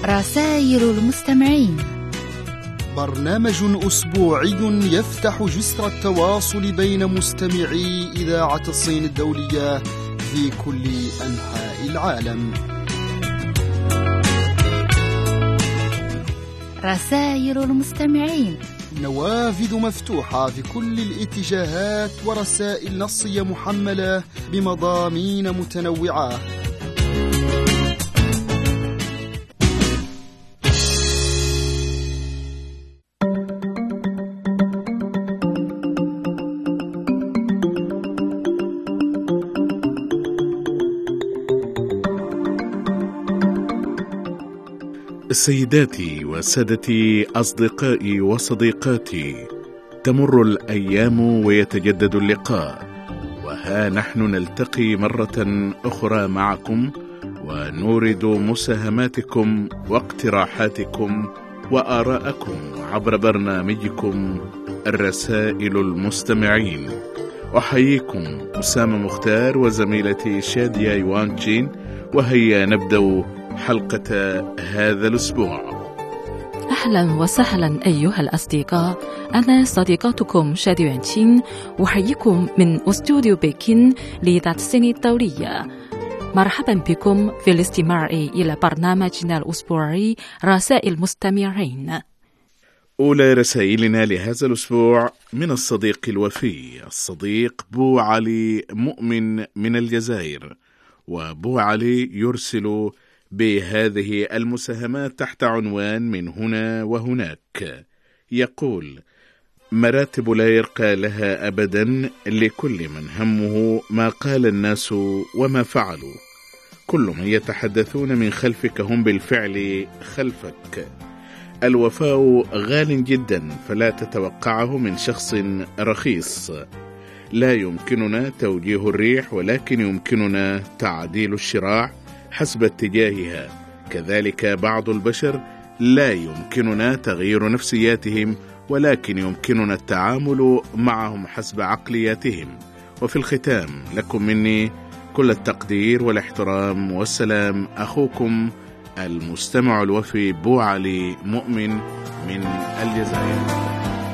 رسائل المستمعين، برنامج أسبوعي يفتح جسر التواصل بين مستمعي إذاعة الصين الدولية في كل أنحاء العالم. رسائل المستمعين، نوافذ مفتوحة في كل الاتجاهات ورسائل نصية محملة بمضامين متنوعة. سيداتي وسادتي، أصدقائي وصديقاتي، تمر الأيام ويتجدد اللقاء، وها نحن نلتقي مرة أخرى معكم ونورد مساهماتكم واقتراحاتكم وآراءكم عبر برنامجكم الرسائل المستمعين. أحييكم أسامة مختار وزميلتي شادية يوانجين، وهيا نبدأ حلقة هذا الأسبوع. أهلا وسهلا أيها الأصدقاء، أنا صديقتكم شادي يوانجين، أحييكم من استوديو بكين لإذاعة الصين الدولية. مرحبا بكم في الاستماع إلى برنامجنا الأسبوعي رسائل المستمعين. أولى رسائلنا لهذا الأسبوع من الصديق الوفي، الصديق بو علي مؤمن من الجزائر. وبو علي يرسل بهذه المساهمات تحت عنوان من هنا وهناك. يقول: مراتب لا يرقى لها أبدا لكل من همه ما قال الناس وما فعلوا، كل من يتحدثون من خلفك هم بالفعل خلفك. الوفاء غال جدا، فلا تتوقعه من شخص رخيص. لا يمكننا توجيه الريح، ولكن يمكننا تعديل الشراع حسب اتجاهها. كذلك بعض البشر لا يمكننا تغيير نفسياتهم، ولكن يمكننا التعامل معهم حسب عقلياتهم. وفي الختام لكم مني كل التقدير والاحترام والسلام، أخوكم المستمع الوفي بو علي مؤمن من الجزائر.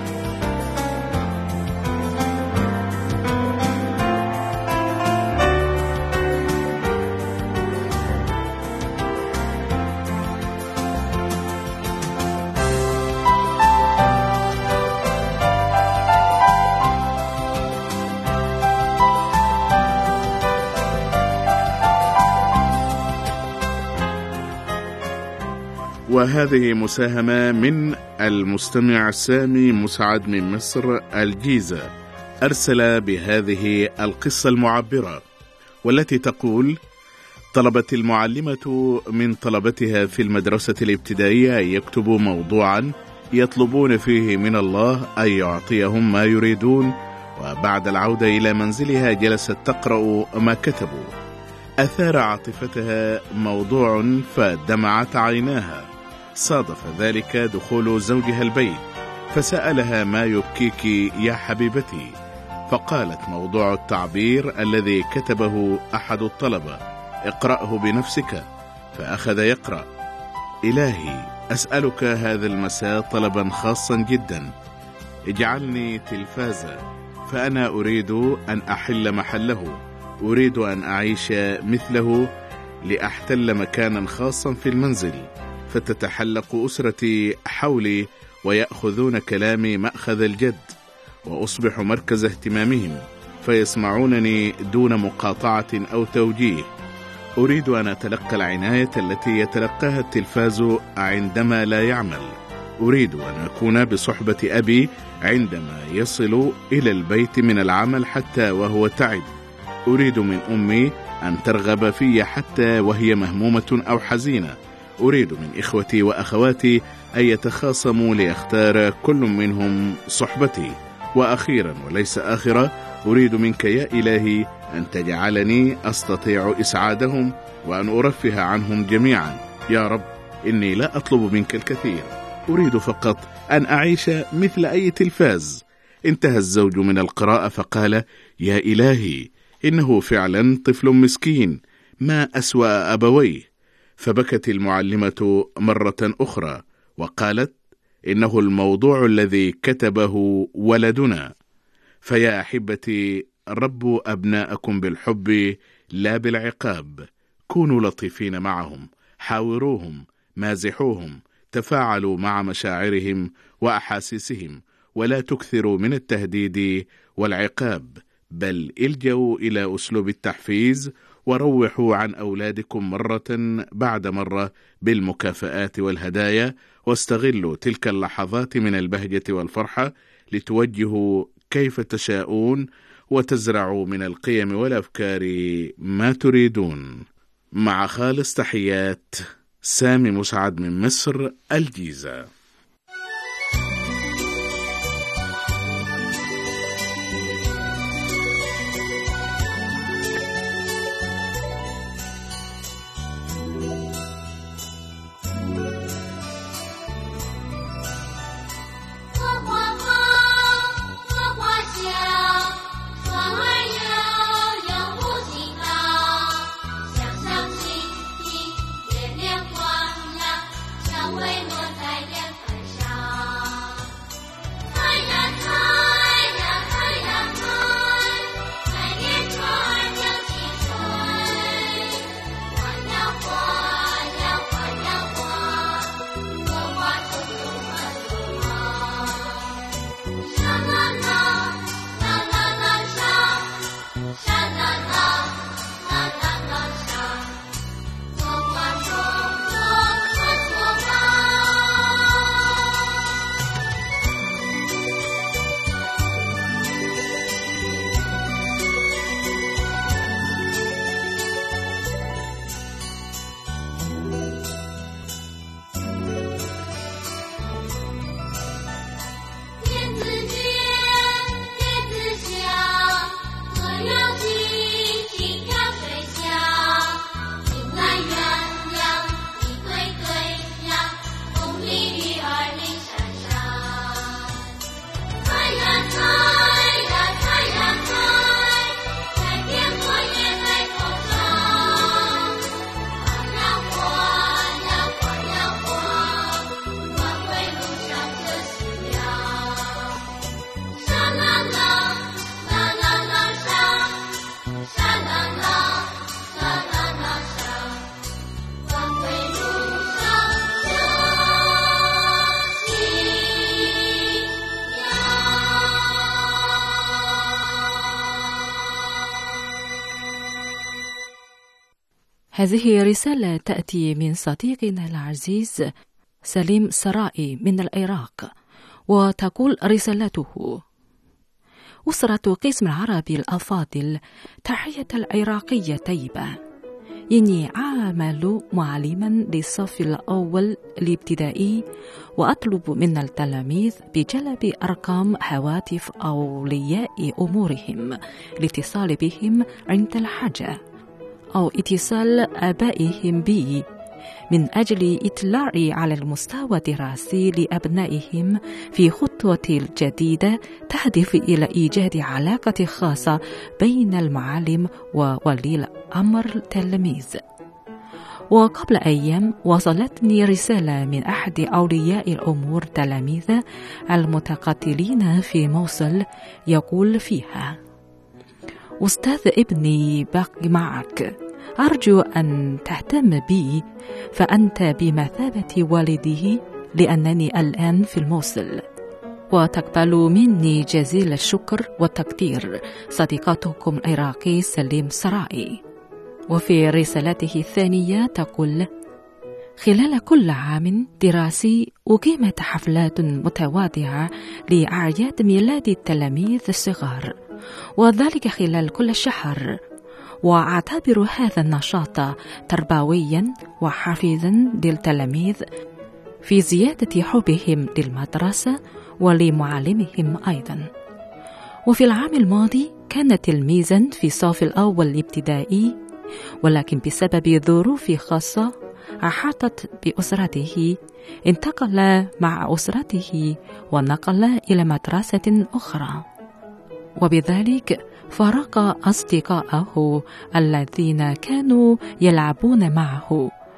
وهذه مساهمة من المستمع سامي مسعد من مصر الجيزة، أرسل بهذه القصة المعبرة والتي تقول: طلبت المعلمة من طلبتها في المدرسة الابتدائية أن يكتبوا موضوعا يطلبون فيه من الله أن يعطيهم ما يريدون، وبعد العودة إلى منزلها جلست تقرأ ما كتبوا. أثار عاطفتها موضوع فدمعت عيناها. صادف ذلك دخول زوجها البيت، فسألها: ما يبكيك يا حبيبتي؟ فقالت: موضوع التعبير الذي كتبه أحد الطلبة، اقرأه بنفسك. فأخذ يقرأ: إلهي، أسألك هذا المساء طلبا خاصا جدا، اجعلني تلفازا، فأنا أريد أن أحل محله، أريد أن أعيش مثله، لأحتل مكانا خاصا في المنزل، فتتحلق أسرتي حولي ويأخذون كلامي مأخذ الجد، وأصبح مركز اهتمامهم، فيسمعونني دون مقاطعة أو توجيه. أريد أن أتلقى العناية التي يتلقاها التلفاز عندما لا يعمل. أريد أن أكون بصحبة أبي عندما يصل إلى البيت من العمل حتى وهو تعب. أريد من أمي أن ترغب في حتى وهي مهمومة أو حزينة. أريد من إخوتي وأخواتي أن يتخاصموا ليختار كل منهم صحبتي. وأخيرا وليس آخرا، أريد منك يا إلهي أن تجعلني أستطيع إسعادهم وأن أرفه عنهم جميعا. يا رب، إني لا أطلب منك الكثير، أريد فقط أن أعيش مثل أي تلفاز. انتهى الزوج من القراءة فقال: يا إلهي، إنه فعلا طفل مسكين، ما أسوأ أبويه. فبكت المعلمة مرة أخرى وقالت: إنه الموضوع الذي كتبه ولدنا. فيا أحبتي، ربوا أبناءكم بالحب لا بالعقاب. كونوا لطيفين معهم، حاوروهم، مازحوهم، تفاعلوا مع مشاعرهم وأحاسيسهم، ولا تكثروا من التهديد والعقاب، بل الجوا إلى أسلوب التحفيز، وروحوا عن أولادكم مرة بعد مرة بالمكافآت والهدايا، واستغلوا تلك اللحظات من البهجة والفرحة لتوجهوا كيف تشاءون، وتزرعوا من القيم والأفكار ما تريدون. مع خالص تحيات سامي مسعد من مصر الجيزة. هذه رسالة تأتي من صديقنا العزيز سليم سرائي من العراق، وتقول رسالته: أسرة قسم العربي الأفاضل، تحية العراقية طيبة. إني أعمل معلما للصف الأول الابتدائي، وأطلب من التلاميذ بجلب أرقام هواتف أولياء أمورهم لاتصال بهم عند الحاجة، أو اتصال آبائهم بي من أجل إطلاعي على المستوى الدراسي لأبنائهم في خطوة جديدة تهدف إلى إيجاد علاقة خاصة بين المعلم وولي الأمر التلميذ. وقبل أيام وصلتني رسالة من أحد أولياء الأمور التلاميذ المتقاتلين في موصل، يقول فيها: أستاذ ابني باقي معك، أرجو أن تهتم بي، فأنت بمثابة والده، لأنني الآن في الموصل. وتقبل مني جزيل الشكر والتقدير صديقتكم العراقي سليم سرائي. وفي رسالته الثانية تقول: خلال كل عام دراسي أقيمت حفلات متواضعة لأعياد ميلاد التلاميذ الصغار، وذلك خلال كل شهر، وأعتبر هذا النشاط تربويا وحافزا للتلاميذ في زيادة حبهم للمدرسة ولمعلمهم أيضا. وفي العام الماضي كان تلميذا في الصف الأول الابتدائي، ولكن بسبب ظروف خاصة أحاطت بأسرته انتقل مع أسرته ونقل إلى مدرسة أخرى، وبذلك فارق أصدقائه الذين كانوا يلعبون معه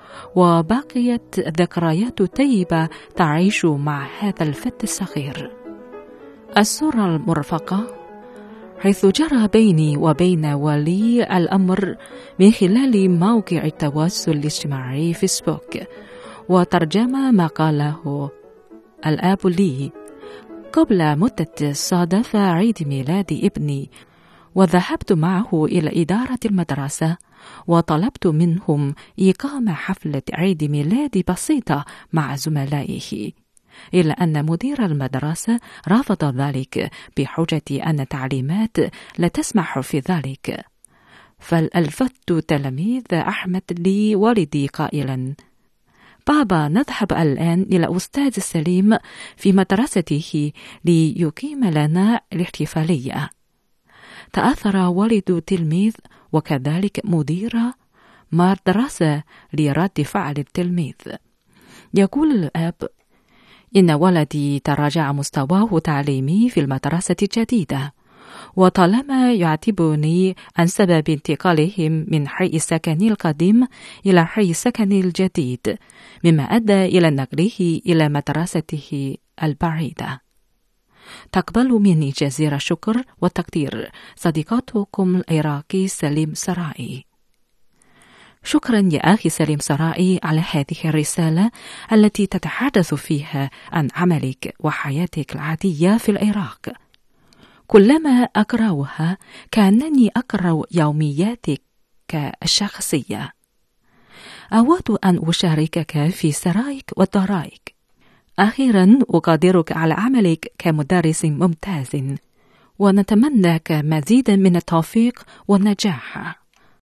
وبقيت ذكريات طيبة تعيش مع هذا الفتى الصغير. الصورة المرفقة حيث جرى بيني وبين ولي الأمر من خلال موقع التواصل الاجتماعي فيسبوك، وترجم ما قاله الأب لي. قبل مدة صادف عيد ميلاد ابني، وذهبت معه إلى إدارة المدرسة وطلبت منهم إقامة حفلة عيد ميلاد بسيطة مع زملائه، إلا أن مدير المدرسة رفض ذلك بحجة أن التعليمات لا تسمح في ذلك. فألفت تلميذ أحمد لي والدي قائلا: بابا، نذهب الآن إلى أستاذ سليم في مدرسته ليقيم لنا الاحتفالية. تأثر والد التلميذ وكذلك مدير مدرسة لرد فعل التلميذ. يقول الأب: إن ولدي تراجع مستواه التعليمي في المدرسة الجديدة، وطالما يعاتبني عن سبب انتقالهم من حي السكن القديم إلى حي السكن الجديد، مما أدى إلى نقله إلى مدرسته البعيدة. تقبل مني جزيل الشكر والتقدير صديقتكم العراقي سليم سرائي. شكرا يا أخي سليم سرائي على هذه الرسالة التي تتحدث فيها عن عملك وحياتك العادية في العراق. كلما أقرأها كأنني أقرأ يومياتك الشخصية. أود أن أشاركك في سرائك وضرائك. أخيرا أقدرك على عملك كمدرس ممتاز، ونتمنى لك مزيدا من التوفيق والنجاح.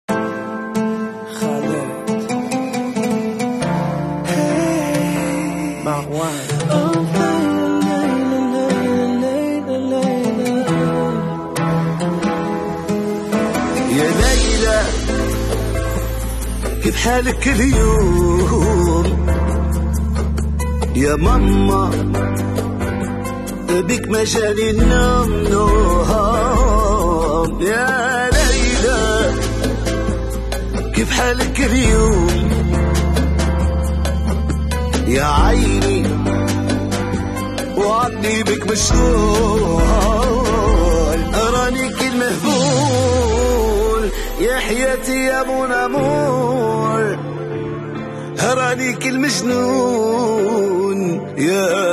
يا ليلى كيف حالك اليوم؟ يا ماما بك مجالي النوم نوم. يا ليلى كيف حالك اليوم؟ يا عيني وعدني بك مشغول، أراني كل مهبول يا حياتي يا مون أمور، أراني كل مجنون يا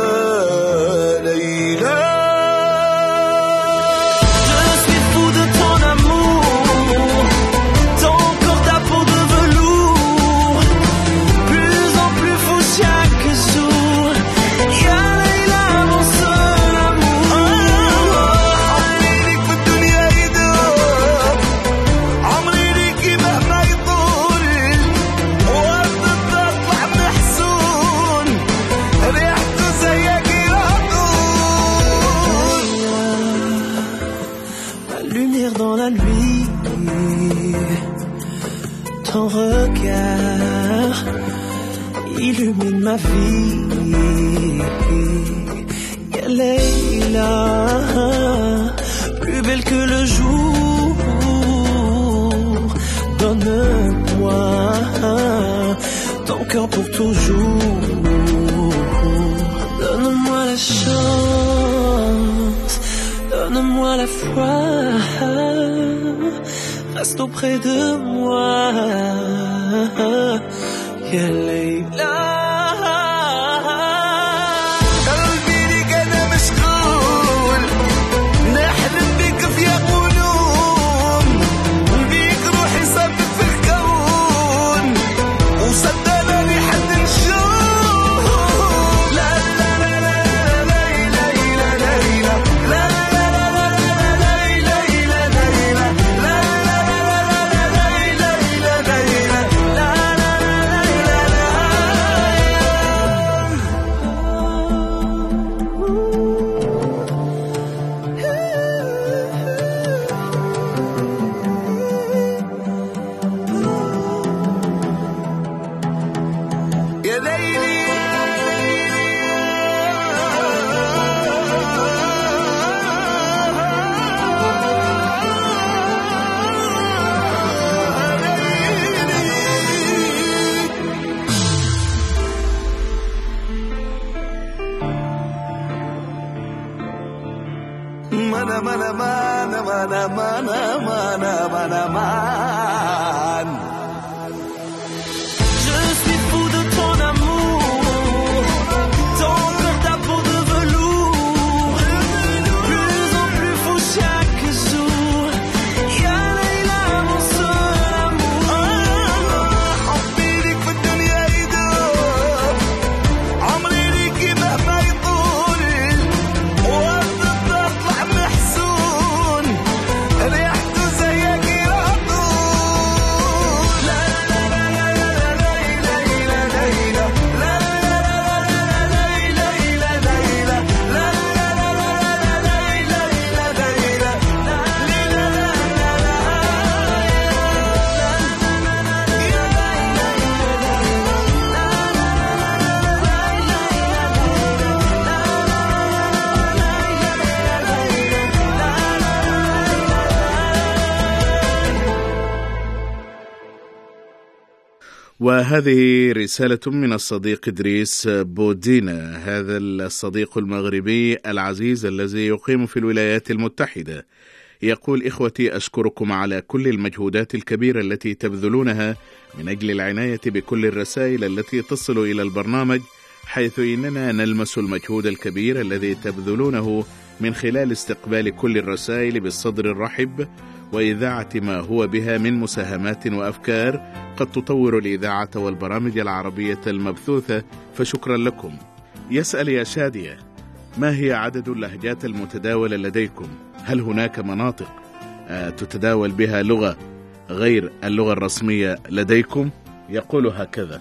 dans la nuit, ton regard illumine ma vie. Ya Leila, plus belle que le jour, donne-moi ton cœur pour toujours. Donne-moi la chance, donne-moi la foi, reste auprès de moi, ya Leila. وهذه رسالة من الصديق إدريس بودينا، هذا الصديق المغربي العزيز الذي يقيم في الولايات المتحدة. يقول: إخوتي، أشكركم على كل المجهودات الكبيرة التي تبذلونها من أجل العناية بكل الرسائل التي تصل إلى البرنامج، حيث إننا نلمس المجهود الكبير الذي تبذلونه من خلال استقبال كل الرسائل بالصدر الرحب وإذاعة ما هو بها من مساهمات وأفكار قد تطور الإذاعة والبرامج العربية المبثوثة، فشكرا لكم. يسأل يا شادية: ما هي عدد اللهجات المتداولة لديكم؟ هل هناك مناطق تتداول بها لغة غير اللغة الرسمية لديكم؟ يقول هكذا: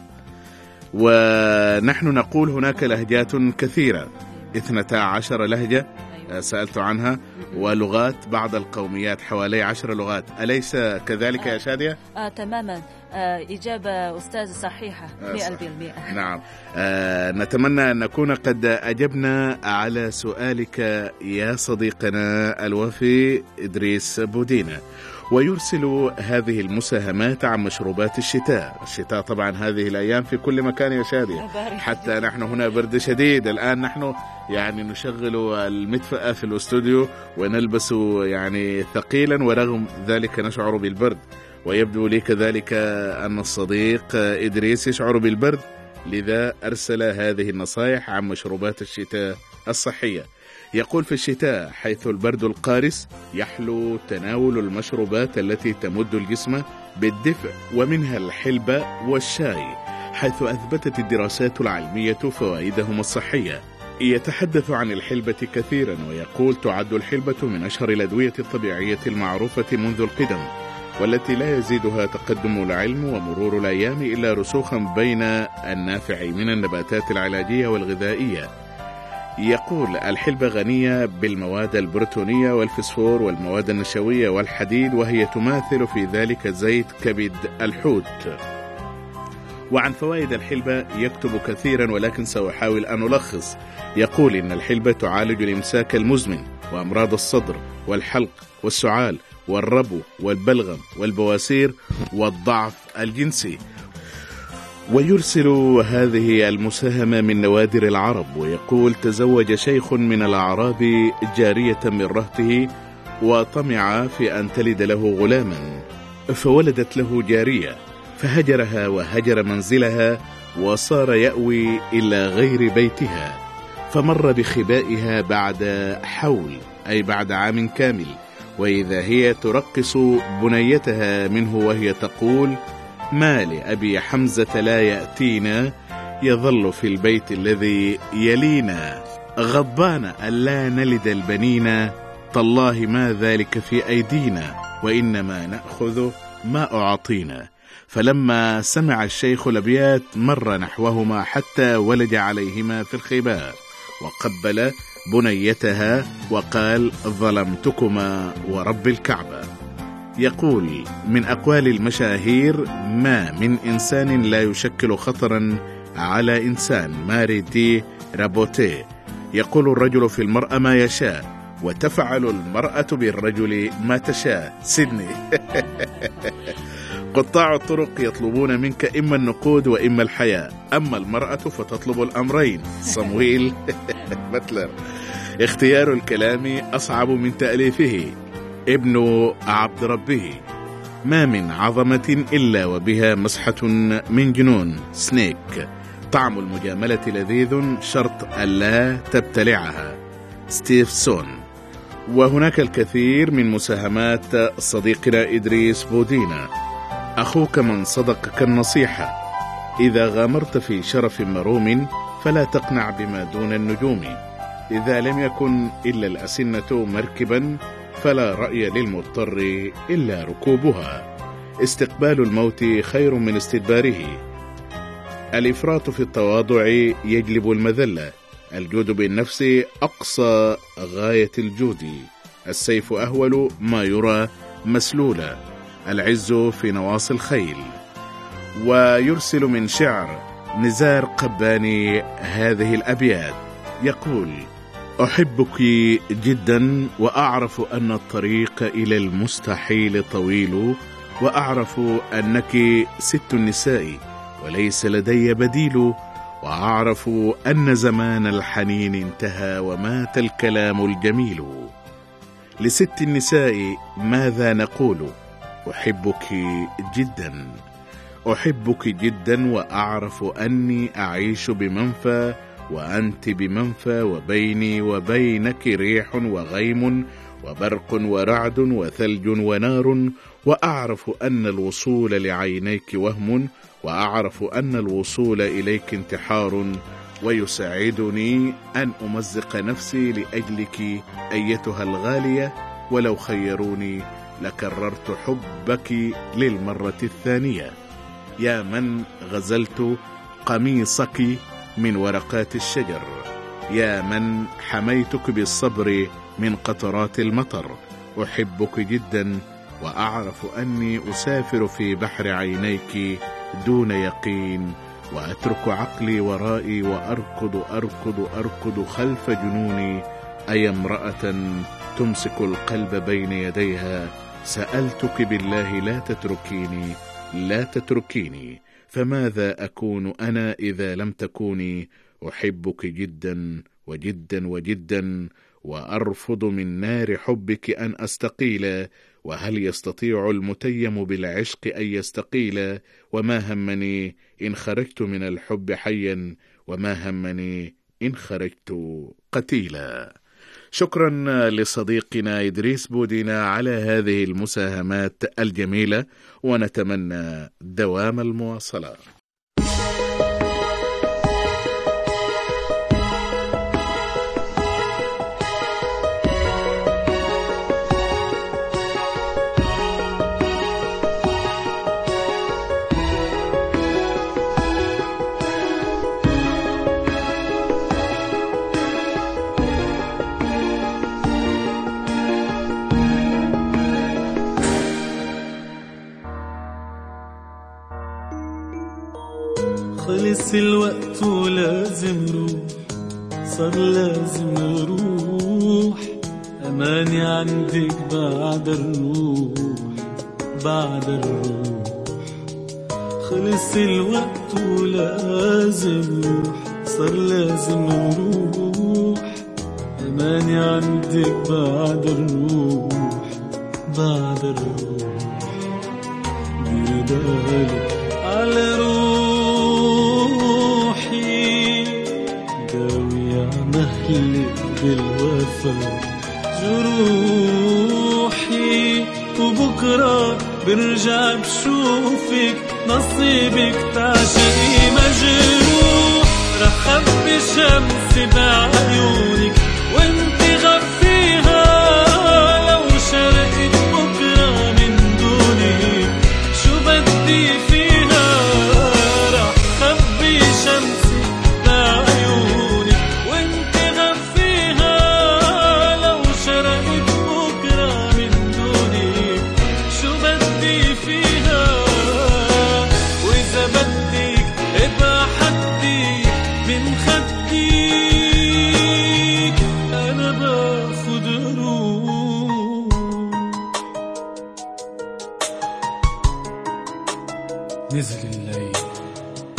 ونحن نقول هناك لهجات كثيرة، 12 لهجة سألت عنها، ولغات بعض القوميات حوالي 10 لغات، أليس كذلك يا شادية؟ تماما، إجابة أستاذ صحيحة 100%. نعم، نتمنى أن نكون قد أجبنا على سؤالك يا صديقنا الوفي إدريس بودينا. ويرسل هذه المساهمات عن مشروبات الشتاء. الشتاء طبعا هذه الأيام في كل مكان يا شادية، حتى نحن هنا برد شديد الآن، نحن يعني نشغل المدفأة في الاستوديو ونلبس يعني ثقيلا، ورغم ذلك نشعر بالبرد. ويبدو لي كذلك أن الصديق إدريس يشعر بالبرد، لذا أرسل هذه النصائح عن مشروبات الشتاء الصحية. يقول: في الشتاء حيث البرد القارس يحلو تناول المشروبات التي تمد الجسم بالدفء، ومنها الحلبة والشاي، حيث أثبتت الدراسات العلمية فوائدهما الصحية. يتحدث عن الحلبة كثيرا ويقول: تعد الحلبة من أشهر الأدوية الطبيعية المعروفة منذ القدم، والتي لا يزيدها تقدم العلم ومرور الأيام إلا رسوخا بين النافع من النباتات العلاجية والغذائية. يقول: الحلبة غنية بالمواد البروتونية والفسفور والمواد النشوية والحديد، وهي تماثل في ذلك زيت كبد الحوت. وعن فوائد الحلبة يكتب كثيرا، ولكن سأحاول أن ألخص. يقول: إن الحلبة تعالج الإمساك المزمن وأمراض الصدر والحلق والسعال والربو والبلغم والبواسير والضعف الجنسي. ويرسل هذه المساهمة من نوادر العرب ويقول: تزوج شيخ من الأعراب جارية من رهته، وطمع في أن تلد له غلاما، فولدت له جارية، فهجرها وهجر منزلها، وصار يأوي إلى غير بيتها، فمر بخبائها بعد حول، أي بعد عام كامل، وإذا هي ترقص بنيتها منه وهي تقول: ما لأبي حمزة لا يأتينا، يظل في البيت الذي يلينا، غضبان ألا نلد البنين، تالله ما ذلك في أيدينا، وإنما نأخذ ما أعطينا. فلما سمع الشيخ الأبيات مر نحوهما حتى ولج عليهما في الخباء، وقبل بنيتها وقال: ظلمتكما ورب الكعبة. يقول: من أقوال المشاهير: ما من إنسان لا يشكل خطرا على إنسان، ماري دي رابوتي. يقول: الرجل في المرأة ما يشاء، وتفعل المرأة بالرجل ما تشاء. سيدني. قطاع الطرق يطلبون منك إما النقود وإما الحياة، أما المرأة فتطلب الأمرين. صمويل بتلر. اختيار الكلام أصعب من تأليفه. ابن عبد ربه. ما من عظمة إلا وبها مسحة من جنون. سنيك. طعم المجاملة لذيذ شرط ألا تبتلعها. ستيفسون. وهناك الكثير من مساهمات صديقنا إدريس بودينا. أخوك من صدقك النصيحة. إذا غامرت في شرف مروم فلا تقنع بما دون النجوم. إذا لم يكن إلا الأسنة مركبا فلا رأي للمضطر إلا ركوبها. استقبال الموت خير من استدباره. الإفراط في التواضع يجلب المذلة. الجود بالنفس أقصى غاية الجود. السيف أهول ما يرى مسلولا. العز في نواصي الخيل. ويرسل من شعر نزار قباني هذه الأبيات، يقول: أحبك جدا وأعرف أن الطريق إلى المستحيل طويل، وأعرف أنك ست النساء وليس لدي بديل، وأعرف أن زمان الحنين انتهى ومات الكلام الجميل. لست النساء ماذا نقول؟ أحبك جدا. أحبك جدا وأعرف أني أعيش بمنفى وأنت بمنفى، وبيني وبينك ريح وغيم وبرق ورعد وثلج ونار، وأعرف أن الوصول لعينيك وهم، وأعرف أن الوصول إليك انتحار، ويساعدني أن أمزق نفسي لأجلك أيتها الغالية، ولو خيروني لكررت حبك للمرة الثانية. يا من غزلت قميصك من ورقات الشجر، يا من حميتك بالصبر من قطرات المطر، أحبك جدا وأعرف أني أسافر في بحر عينيك دون يقين، وأترك عقلي ورائي وأركض أركض أركض خلف جنوني. أي امرأة تمسك القلب بين يديها، سألتك بالله لا تتركيني لا تتركيني، فماذا أكون أنا إذا لم تكوني؟ أحبك جدا وجدا وجدا، وأرفض من نار حبك أن أستقيل، وهل يستطيع المتيم بالعشق أن يستقيل؟ وما همني إن خرجت من الحب حيا، وما همني إن خرجت قتيلا. شكرا لصديقنا إدريس بودينا على هذه المساهمات الجميلة، ونتمنى دوام المواصلة. خلص الوقت ولازم روح، صار لازم نروح، أماني عندك بعد الروح بعد الروح. خلص الوقت ولازم روح، صار لازم نروح، أماني عندك بعد الروح بعد الروح. دير بالك على روحي، داوي عمهلك بالوفا جروحي، وبكرة برجع بشوفك نصيبك تعشقي مجروح. رح خبي شمسي بعيونك وانت غفيها، لو شرقت بكرة من دوني شو بدي فيها؟ رح خبي شمسي بعيونك وانت غفيها، لو شرقت بكرة من دوني شو بدي فيها؟ وإذا بدك ابقى حديك من خديك، أنا باخد روح. نزل الليل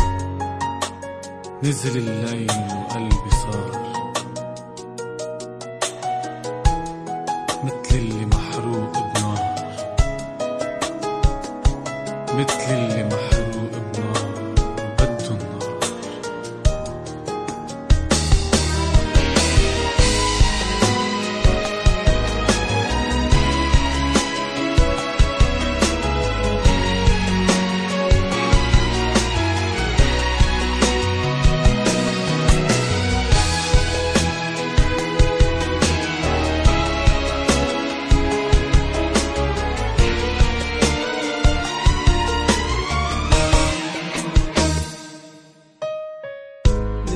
نزل الليل وقلبي صار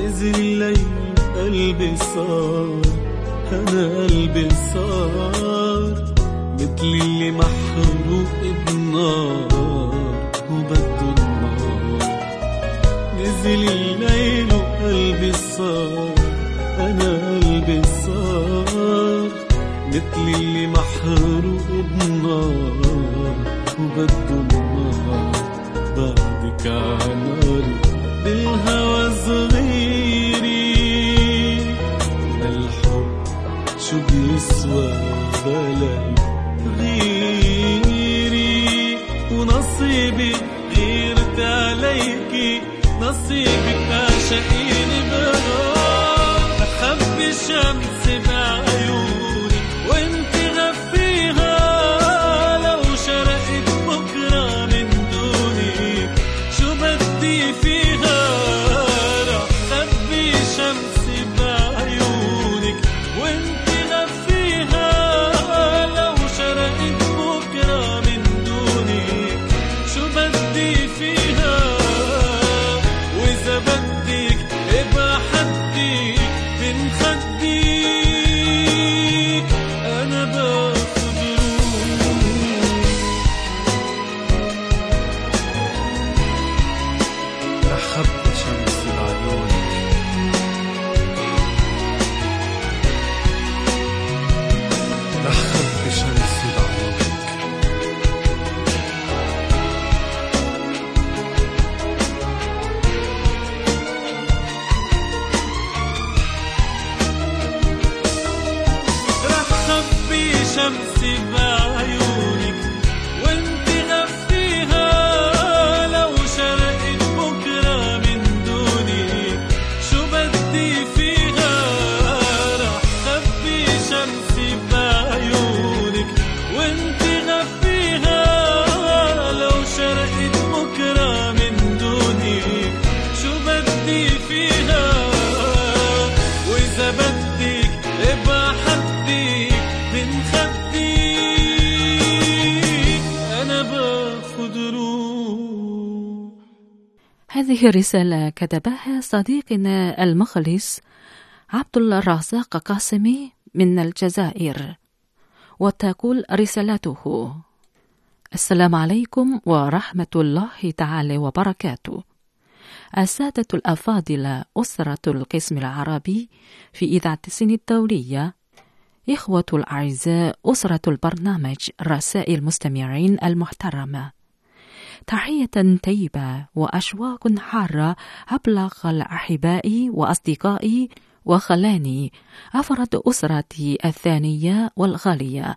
نزل الليل قلبي صار، أنا قلبي صار مثل اللي محروق بنار وبده النار. نزل الليل وقلبي صار، أنا قلبي صار مثل اللي محروق بنار وبده النار. بعدك عناري بالهوى صغيري، الحب شو بيسوى بلاي غيري، ونصيبي غيرت عليكي، نصيبك عشقيني بنار. بخبي الشمس بعيوني وانت غفيها، لو شرقت بكرة من دوني شو بدي فيها. رح خبي شمس بعيونك وانت غفيها، لو شرقت بكرة من دوني شو بدي فيها. وإذا بدك ابقى حدك من خديك، أنا باخد روح. رح خبي شمس بعيونك، رح خبي شمس بعيونك. رح خبي شمسي بعيونك وانت غفيها، لو شرقت بكرة من دوني شو بدي فيها. رح خبي شمسي بعيونك وانت غفيها، لو شرقت بكرة من دوني شو بدي فيها. وإذا بدك ابقى حدك من خديك، أنا باخد روح. هذه الرسالة كتبها صديقنا المخلص عبد الرزاق قاسمي من الجزائر، وتقول رسالته: السلام عليكم ورحمة الله تعالى وبركاته. السادة الأفاضل، أسرة القسم العربي في إذاعة الصين الدولية، إخوة الأعزاء، أسرة البرنامج رسائل المستمعين المحترمة، تحية طيبة وأشواق حارة أبلغ الأحباء وأصدقائي وخلاني أفراد أسرتي الثانية والغالية،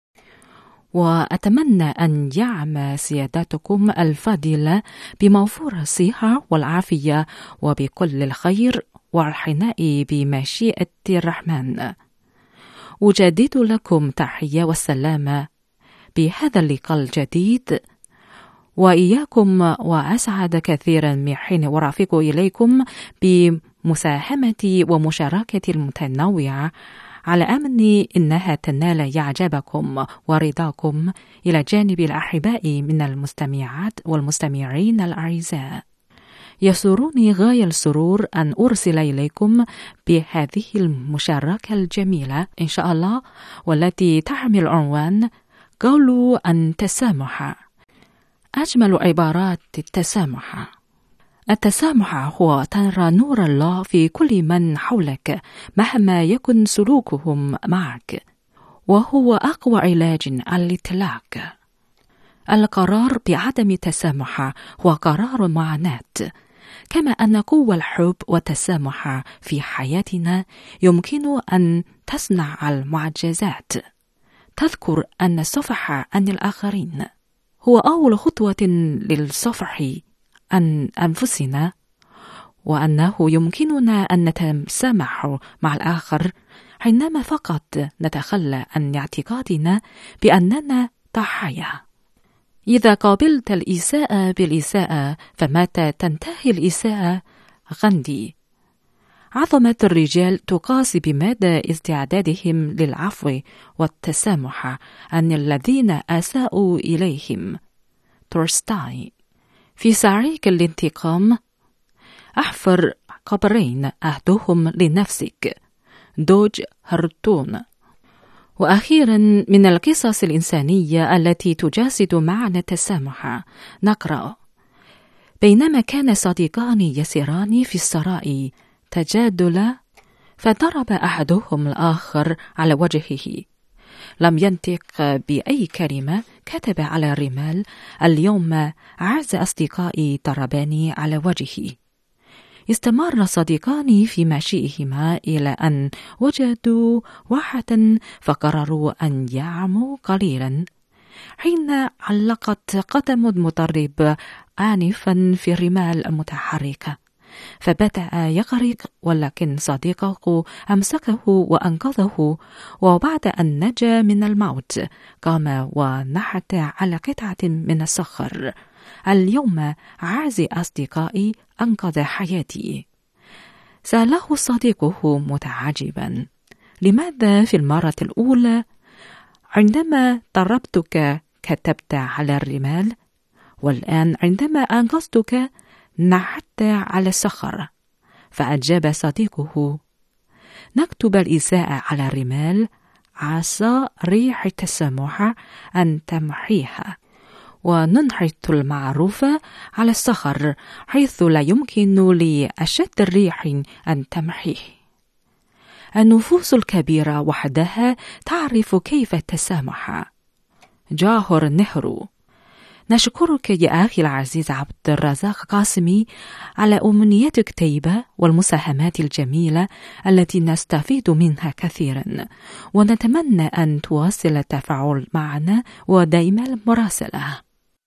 وأتمنى أن يعم سيادتكم الفاضلة بموفور الصحة والعافية وبكل الخير والحناء بمشيئة الرحمن. أجدد لكم تحية والسلامة بهذا اللقاء الجديد، وإياكم وأسعد كثيرا من حين أرافق إليكم بمساهمة ومشاركة المتنوعة، على أمل إنها تنال إعجابكم ورضاكم إلى جانب الأحباء من المستمعات والمستمعين الأعزاء. يسرني غاية السرور أن أرسل إليكم بهذه المشاركة الجميلة إن شاء الله، والتي تحمل عنوان قولوا أن تسامح. أجمل عبارات التسامح: التسامح هو ترى نور الله في كل من حولك مهما يكن سلوكهم معك، وهو أقوى علاج على الإطلاق. القرار بعدم التسامح هو قرار معاناة، كما أن قوة الحب والتسامح في حياتنا يمكن أن تصنع المعجزات. تذكر أن الصفح عن الآخرين هو أول خطوة للصفح عن أنفسنا، وأنه يمكننا أن نتسامح مع الآخر حينما فقط نتخلى عن اعتقادنا بأننا ضحايا. إذا قابلت الإساءة بالإساءة فمتى تنتهي الإساءة؟ غاندي. عظمة الرجال تقاس بمدى استعدادهم للعفو والتسامح عن الذين أساءوا إليهم. تولستوي. في سعيك الانتقام احفر قبرين أحدهم لنفسك. دوج هرتون. وأخيرا من القصص الإنسانية التي تجسد معنى التسامح نقرأ: بينما كان صديقان يسيران في السراء تجادلا، فضرب أحدهم الآخر على وجهه. لم ينطق بأي كلمة، كتب على الرمال: اليوم أعز أصدقائي ضرباني على وجهي. استمر الصديقان في مشيئهما إلى أن وجدوا واحة فقرروا أن يعموا قليلا. حين علقت قدم المضرب آنفا في الرمال المتحركة، فبدأ يغرق، ولكن صديقه أمسكه وأنقذه، وبعد أن نجا من الموت قام ونحت على قطعة من الصخر: اليوم أعز أصدقائي أنقذ حياتي. سأله صديقه متعجبا: لماذا في المرة الأولى عندما ضربتك كتبت على الرمال، والآن عندما أنقذتك نحت على الصخر؟ فأجاب صديقه: نكتب الإساءة على الرمال عسى ريح التسامح أن تمحيها، وننحت المعروف على الصخر حيث لا يمكن لأشد الريح أن تمحيه. النفوس الكبيرة وحدها تعرف كيف التسامح. جواهر نهرو. نشكرك يا أخي العزيز عبد الرزاق قاسمي على أمنيتك الطيبة والمساهمات الجميلة التي نستفيد منها كثيرا، ونتمنى أن تواصل التفاعل معنا ودائما المراسلة.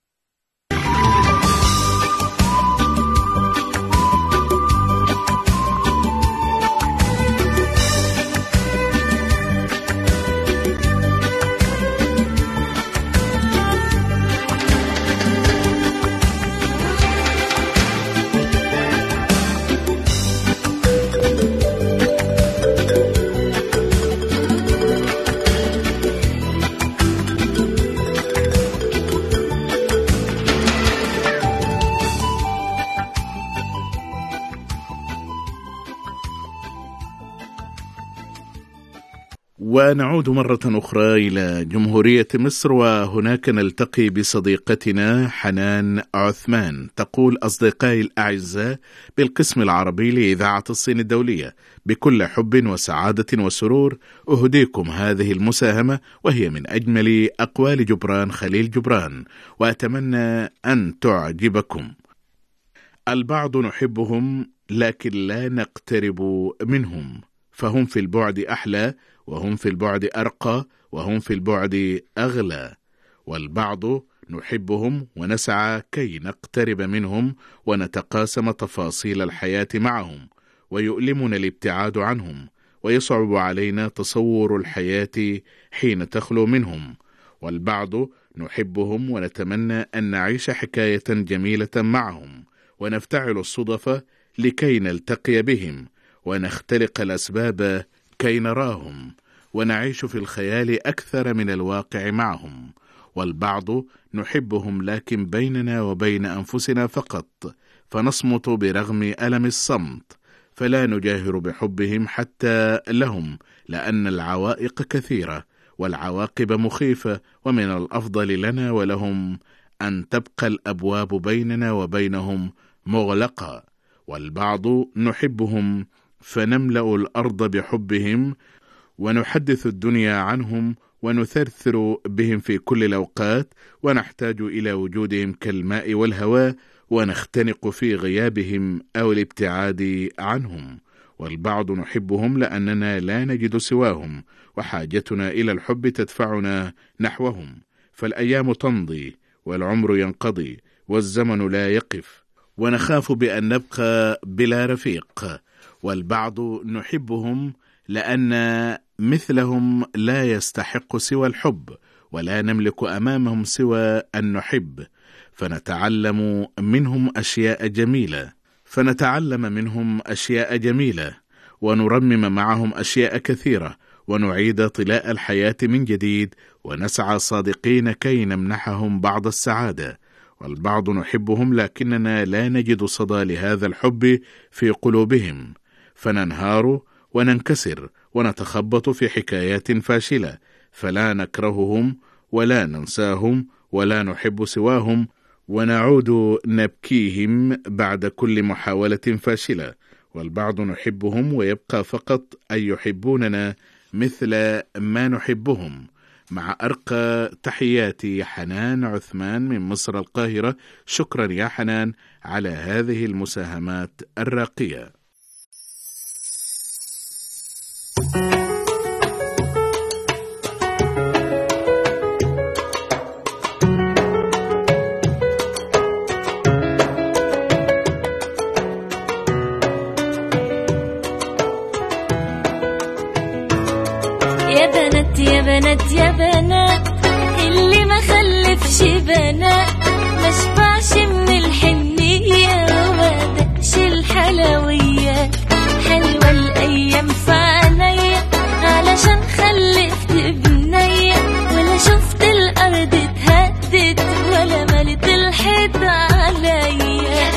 ونعود مرة أخرى إلى جمهورية مصر، وهناك نلتقي بصديقتنا حنان عثمان. تقول: أصدقائي الأعزاء بالقسم العربي لإذاعة الصين الدولية، بكل حب وسعادة وسرور أهديكم هذه المساهمة، وهي من أجمل أقوال جبران خليل جبران، وأتمنى أن تعجبكم. البعض نحبهم لكن لا نقترب منهم، فهم في البعد أحلى، وهم في البعد أرقى، وهم في البعد أغلى. والبعض نحبهم ونسعى كي نقترب منهم ونتقاسم تفاصيل الحياة معهم، ويؤلمنا الابتعاد عنهم، ويصعب علينا تصور الحياة حين تخلو منهم. والبعض نحبهم ونتمنى أن نعيش حكاية جميلة معهم، ونفتعل الصدف لكي نلتقي بهم، ونختلق الأسباب كي نراهم، ونعيش في الخيال أكثر من الواقع معهم. والبعض نحبهم لكن بيننا وبين أنفسنا فقط، فنصمت برغم ألم الصمت، فلا نجاهر بحبهم حتى لهم، لأن العوائق كثيرة والعواقب مخيفة، ومن الأفضل لنا ولهم أن تبقى الأبواب بيننا وبينهم مغلقة. والبعض نحبهم فنملأ الأرض بحبهم، ونحدث الدنيا عنهم، ونثرثر بهم في كل الأوقات، ونحتاج إلى وجودهم كالماء والهواء، ونختنق في غيابهم أو الابتعاد عنهم. والبعض نحبهم لأننا لا نجد سواهم، وحاجتنا إلى الحب تدفعنا نحوهم، فالأيام تمضي والعمر ينقضي والزمن لا يقف، ونخاف بأن نبقى بلا رفيق. والبعض نحبهم لأن مثلهم لا يستحق سوى الحب، ولا نملك أمامهم سوى أن نحب، فنتعلم منهم أشياء جميلة، ونرمم معهم أشياء كثيرة، ونعيد طلاء الحياة من جديد، ونسعى صادقين كي نمنحهم بعض السعادة. والبعض نحبهم لكننا لا نجد صدى لهذا الحب في قلوبهم، فننهار وننكسر ونتخبط في حكايات فاشلة، فلا نكرههم ولا ننساهم ولا نحب سواهم، ونعود نبكيهم بعد كل محاولة فاشلة. والبعض نحبهم ويبقى فقط أن يحبوننا مثل ما نحبهم. مع أرقى تحياتي حنان عثمان من مصر القاهرة. شكرا يا حنان على هذه المساهمات الراقية. يا بنات يا بنات اللي ما خلفش بنات ما شبعش من الحنية وما دقش الحلويات. حلوة الأيام في عينيا علشان خلفت بنية، ولا شفت الأرض اتهدت ولا ملت الحيط عليا.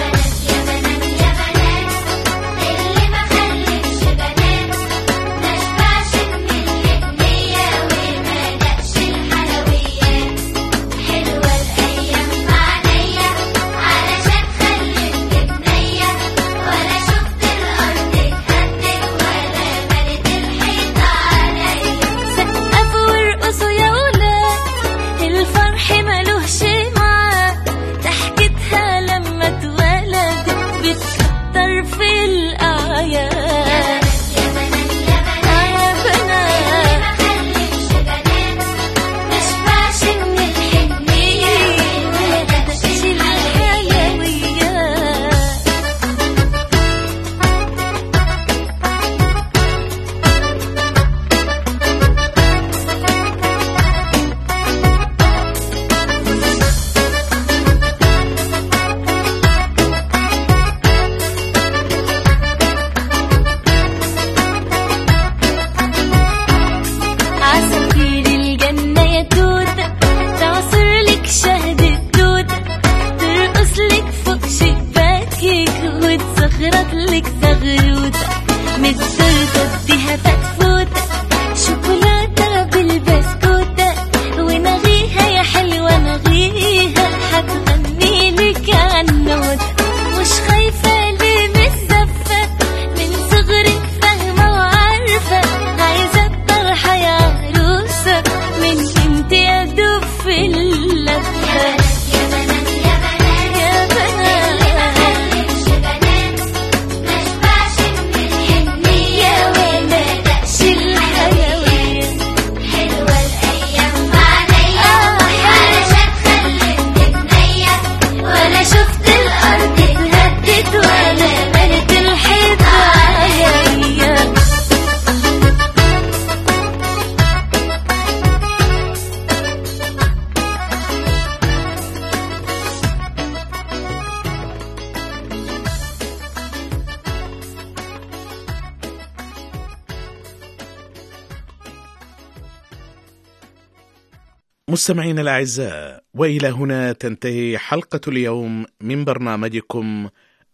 مستمعينا الأعزاء، وإلى هنا تنتهي حلقة اليوم من برنامجكم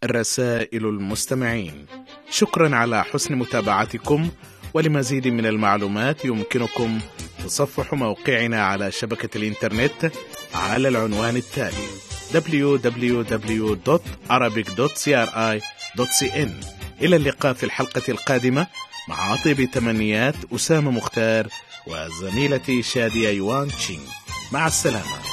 رسائل المستمعين. شكرا على حسن متابعتكم، ولمزيد من المعلومات يمكنكم تصفح موقعنا على شبكة الإنترنت على العنوان التالي www.arabic.cri.cn. إلى اللقاء في الحلقة القادمة، مع طيب تمنيات أسامة مختار وزميلتي شادية يوان تشينغ. مع السلامة.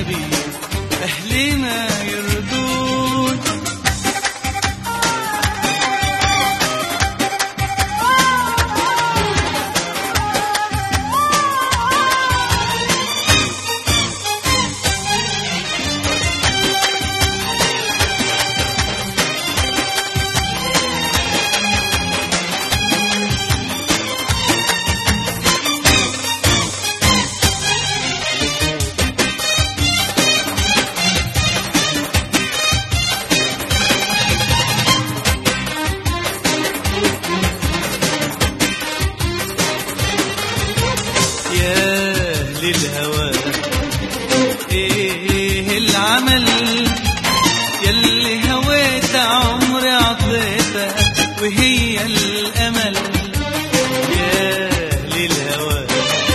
حبيبي أهلي ما يردون. للهوى ايه العمل يلي هويت عمري عطيتها وهي الامل. يا للهوى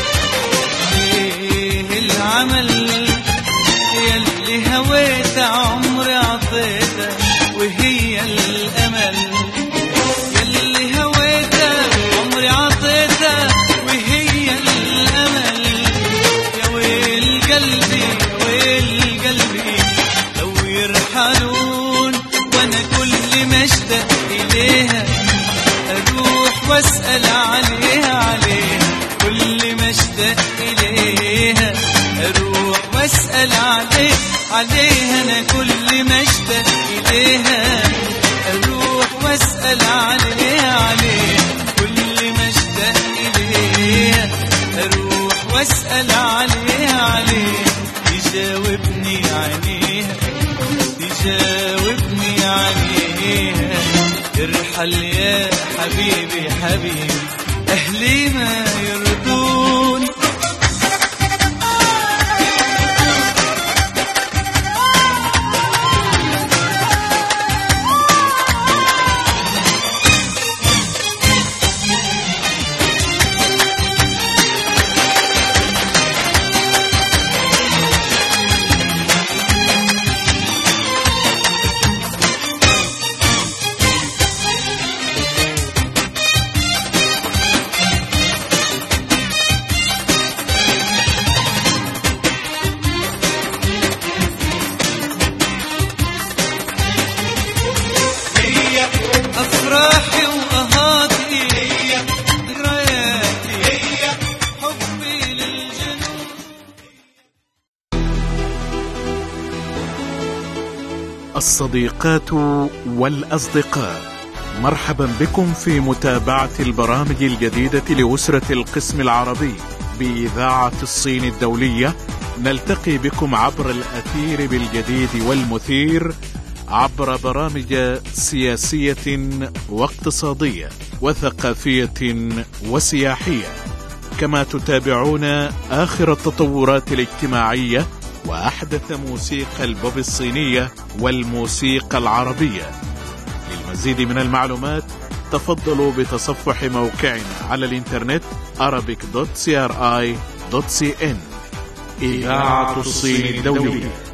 ايه العمل يلي هويت عمري عطيتها وهي الامل. يلي هويت عمري عطيتها وهي الامل. قلبي ويل قلبي لو يرحلون وانا كل ما اشتاق اليها اروح واسال عليها كل ما اشتاق اليها اروح واسال عليها انا كل ما اشتاق اليها اروح واسال عليها كل ما اشتاق اليها اروح واسال عليها تجاوبني عليها تجاوبني عليها. ارحل يا حبيبي حبيبي أهلي ما يردون. أفراحي وأهاتي ذكرياتي حبي للجنون. الصديقات والأصدقاء، مرحبا بكم في متابعة البرامج الجديدة لأسرة القسم العربي بإذاعة الصين الدولية. نلتقي بكم عبر الأثير بالجديد والمثير، عبر برامج سياسية واقتصادية وثقافية وسياحية، كما تتابعون آخر التطورات الاجتماعية وأحدث موسيقى البوب الصينية والموسيقى العربية. للمزيد من المعلومات تفضلوا بتصفح موقعنا على الإنترنت arabic.cri.cn. إذاعة الصين الدولية.